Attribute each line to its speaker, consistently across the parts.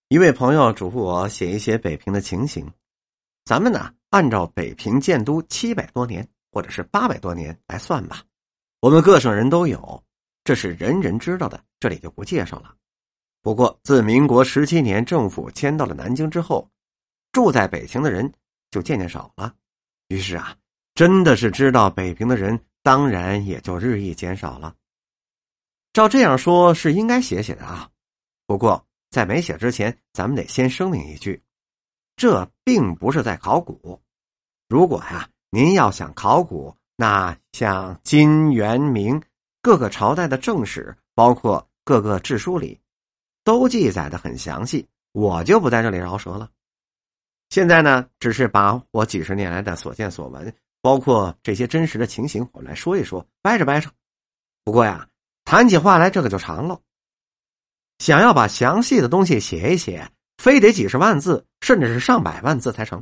Speaker 1: 一位朋友嘱咐我写一写北平的情形。咱们呢，按照北平建都700多年或者是800多年来算吧，我们各省人都有，这是人人知道的，这里就不介绍了。不过自民国17年政府迁到了南京之后，住在北平的人就渐渐少了，于是啊，真的是知道北平的人当然也就日益减少了。照这样说是应该写写的啊，不过在没写之前，咱们得先声明一句，这并不是在考古。如果您要想考古，那像金元明各个朝代的正史，包括各个志书里都记载的很详细，我就不在这里饶舌了。现在呢，只是把我几十年来的所见所闻，包括这些真实的情形，我们来说一说，掰扯掰扯。不过呀，谈起话来这个就长了，想要把详细的东西写一写，非得几十万字甚至是上百万字才成。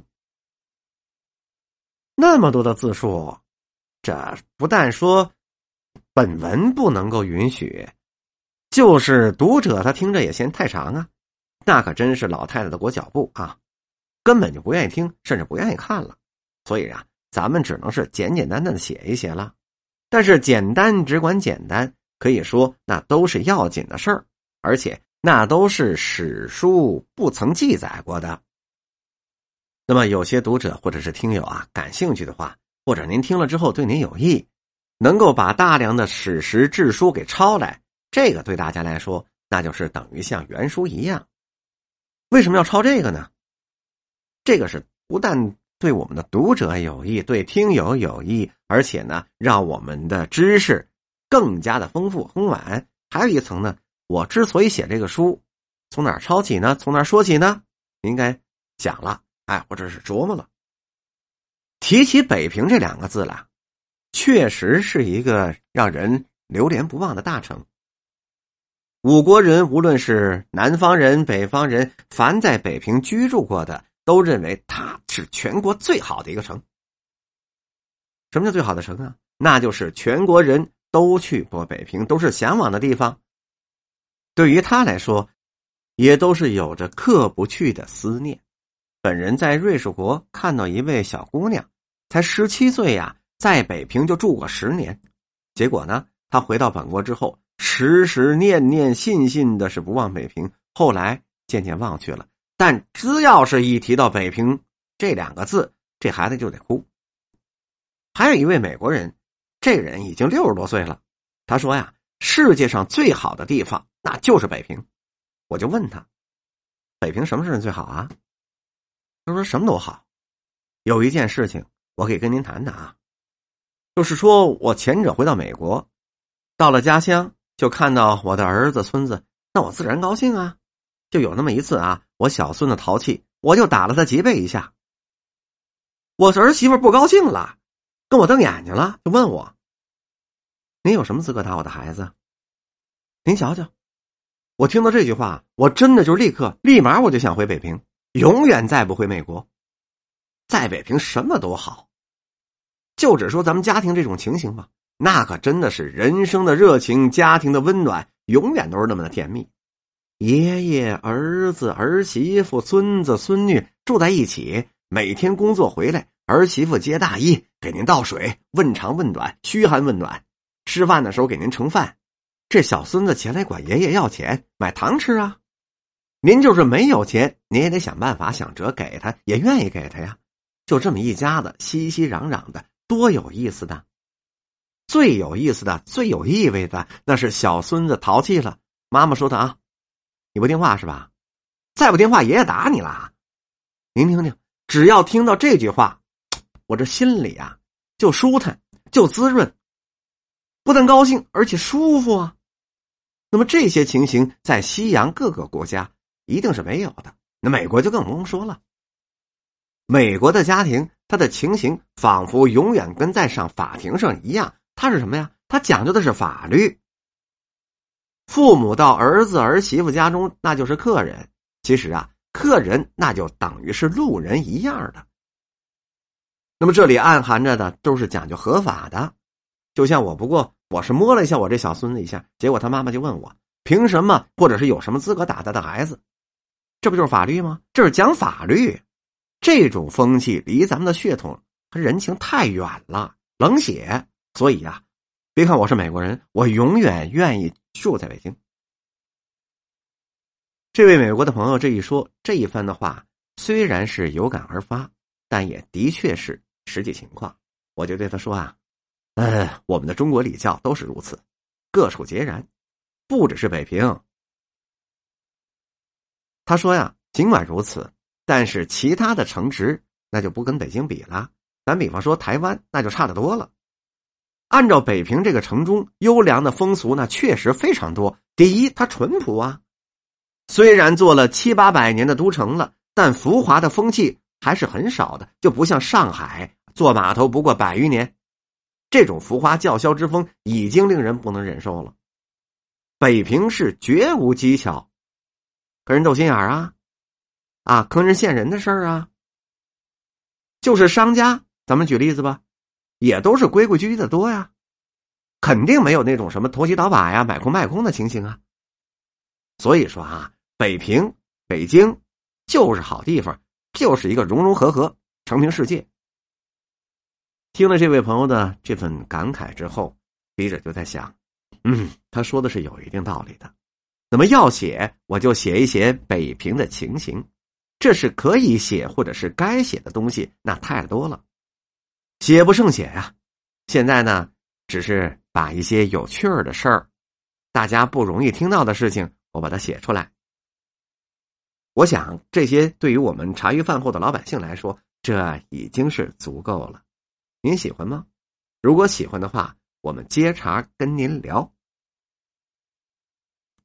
Speaker 1: 那么多的字数，这不但说本文不能够允许，就是读者他听着也嫌太长啊，那可真是老太太的裹脚布啊，根本就不愿意听，甚至不愿意看了。所以啊，咱们只能是简简单单的写一写了。但是简单只管简单，可以说那都是要紧的事儿，而且那都是史书不曾记载过的。那么有些读者或者是听友啊，感兴趣的话，或者您听了之后对您有益，能够把大量的史实志书给抄来，这个对大家来说那就是等于像原书一样。为什么要抄这个呢？这个是不但对我们的读者有益，对听友有益，而且呢，让我们的知识更加的丰富丰满。还有一层呢，我之所以写这个书，从哪儿抄起呢？从哪儿说起呢？应该讲了，或者是琢磨了。提起北平这2个字了，确实是一个让人流连不忘的大城。我国人无论是南方人北方人，凡在北平居住过的，都认为它是全国最好的一个城。什么叫最好的城啊？那就是全国人都去过北平，都是向往的地方。对于他来说，也都是有着刻不去的思念。本人在瑞士国看到一位小姑娘，才17岁呀，在北平就住过10年。结果呢，她回到本国之后，时时念念信信的是不忘北平，后来渐渐忘却了。但只要是一提到北平这2个字，这孩子就得哭。还有一位美国人，这人已经60多岁了，他说呀，世界上最好的地方那就是北平。我就问他，北平什么事情最好啊？他说什么都好。有一件事情我可以跟您谈谈啊，就是说我前者回到美国，到了家乡就看到我的儿子孙子，那我自然高兴啊。就有那么一次啊，我小孙子淘气，我就打了他脊背一下。我儿媳妇不高兴了，跟我瞪眼睛了，就问我，您有什么资格打我的孩子？您瞧瞧。我听到这句话，我真的就立马我就想回北平，永远再不回美国。在北平什么都好，就只说咱们家庭这种情形吧，那可真的是人生的热情，家庭的温暖，永远都是那么的甜蜜。爷爷、儿子、儿媳妇、孙子、孙女住在一起，每天工作回来，儿媳妇接大衣，给您倒水，问长问短，嘘寒问暖，吃饭的时候给您盛饭。这小孙子前来管爷爷要钱买糖吃啊，您就是没有钱，您也得想办法想辙给他，也愿意给他呀。就这么一家子熙熙攘攘的，多有意思的。最有意思的，最有意味的，那是小孙子淘气了，妈妈说他啊，你不听话是吧？再不听话爷爷打你了。您听听，只要听到这句话，我这心里啊就舒坦，就滋润，不但高兴，而且舒服啊。那么这些情形在西洋各个国家一定是没有的，那美国就更不用说了。美国的家庭，它的情形仿佛永远跟在上法庭上一样，它是什么呀？它讲究的是法律。父母到儿子儿媳妇家中，那就是客人。其实啊，客人那就等于是路人一样的。那么这里暗含着的都是讲究合法的。就像我是摸了一下我这小孙子一下，结果他妈妈就问我，凭什么或者是有什么资格打他的孩子？ 这不就是法律吗？这是讲法律。这种风气离咱们的血统和人情太远了，冷血。所以啊，别看我是美国人，我永远愿意住在北京。这位美国的朋友这一说，这一番的话虽然是有感而发，但也的确是实际情况。我就对他说啊，我们的中国礼教都是如此，各处皆然，不只是北平。他说呀，尽管如此，但是其他的城池那就不跟北京比了。咱比方说台湾，那就差得多了。按照北平这个城中优良的风俗，那确实非常多。第一，它淳朴啊，虽然做了700-800年的都城了，但浮华的风气还是很少的，就不像上海做码头不过100余年，这种浮华叫嚣之风已经令人不能忍受了。北平是绝无技巧，跟人斗心眼啊，坑人陷人的事儿啊。就是商家，咱们举例子吧，也都是规规矩矩的多呀，肯定没有那种什么投机倒把呀、买空卖空的情形啊。所以说啊，北京就是好地方，就是一个融融合合，承平世界。听了这位朋友的这份感慨之后，笔者就在想，他说的是有一定道理的。那么要写，我就写一写北平的情形，这是可以写或者是该写的东西，那太多了，写不胜写呀。现在呢，只是把一些有趣儿的事儿，大家不容易听到的事情，我把它写出来。我想这些对于我们茶余饭后的老百姓来说，这已经是足够了。您喜欢吗？如果喜欢的话，我们接茬跟您聊。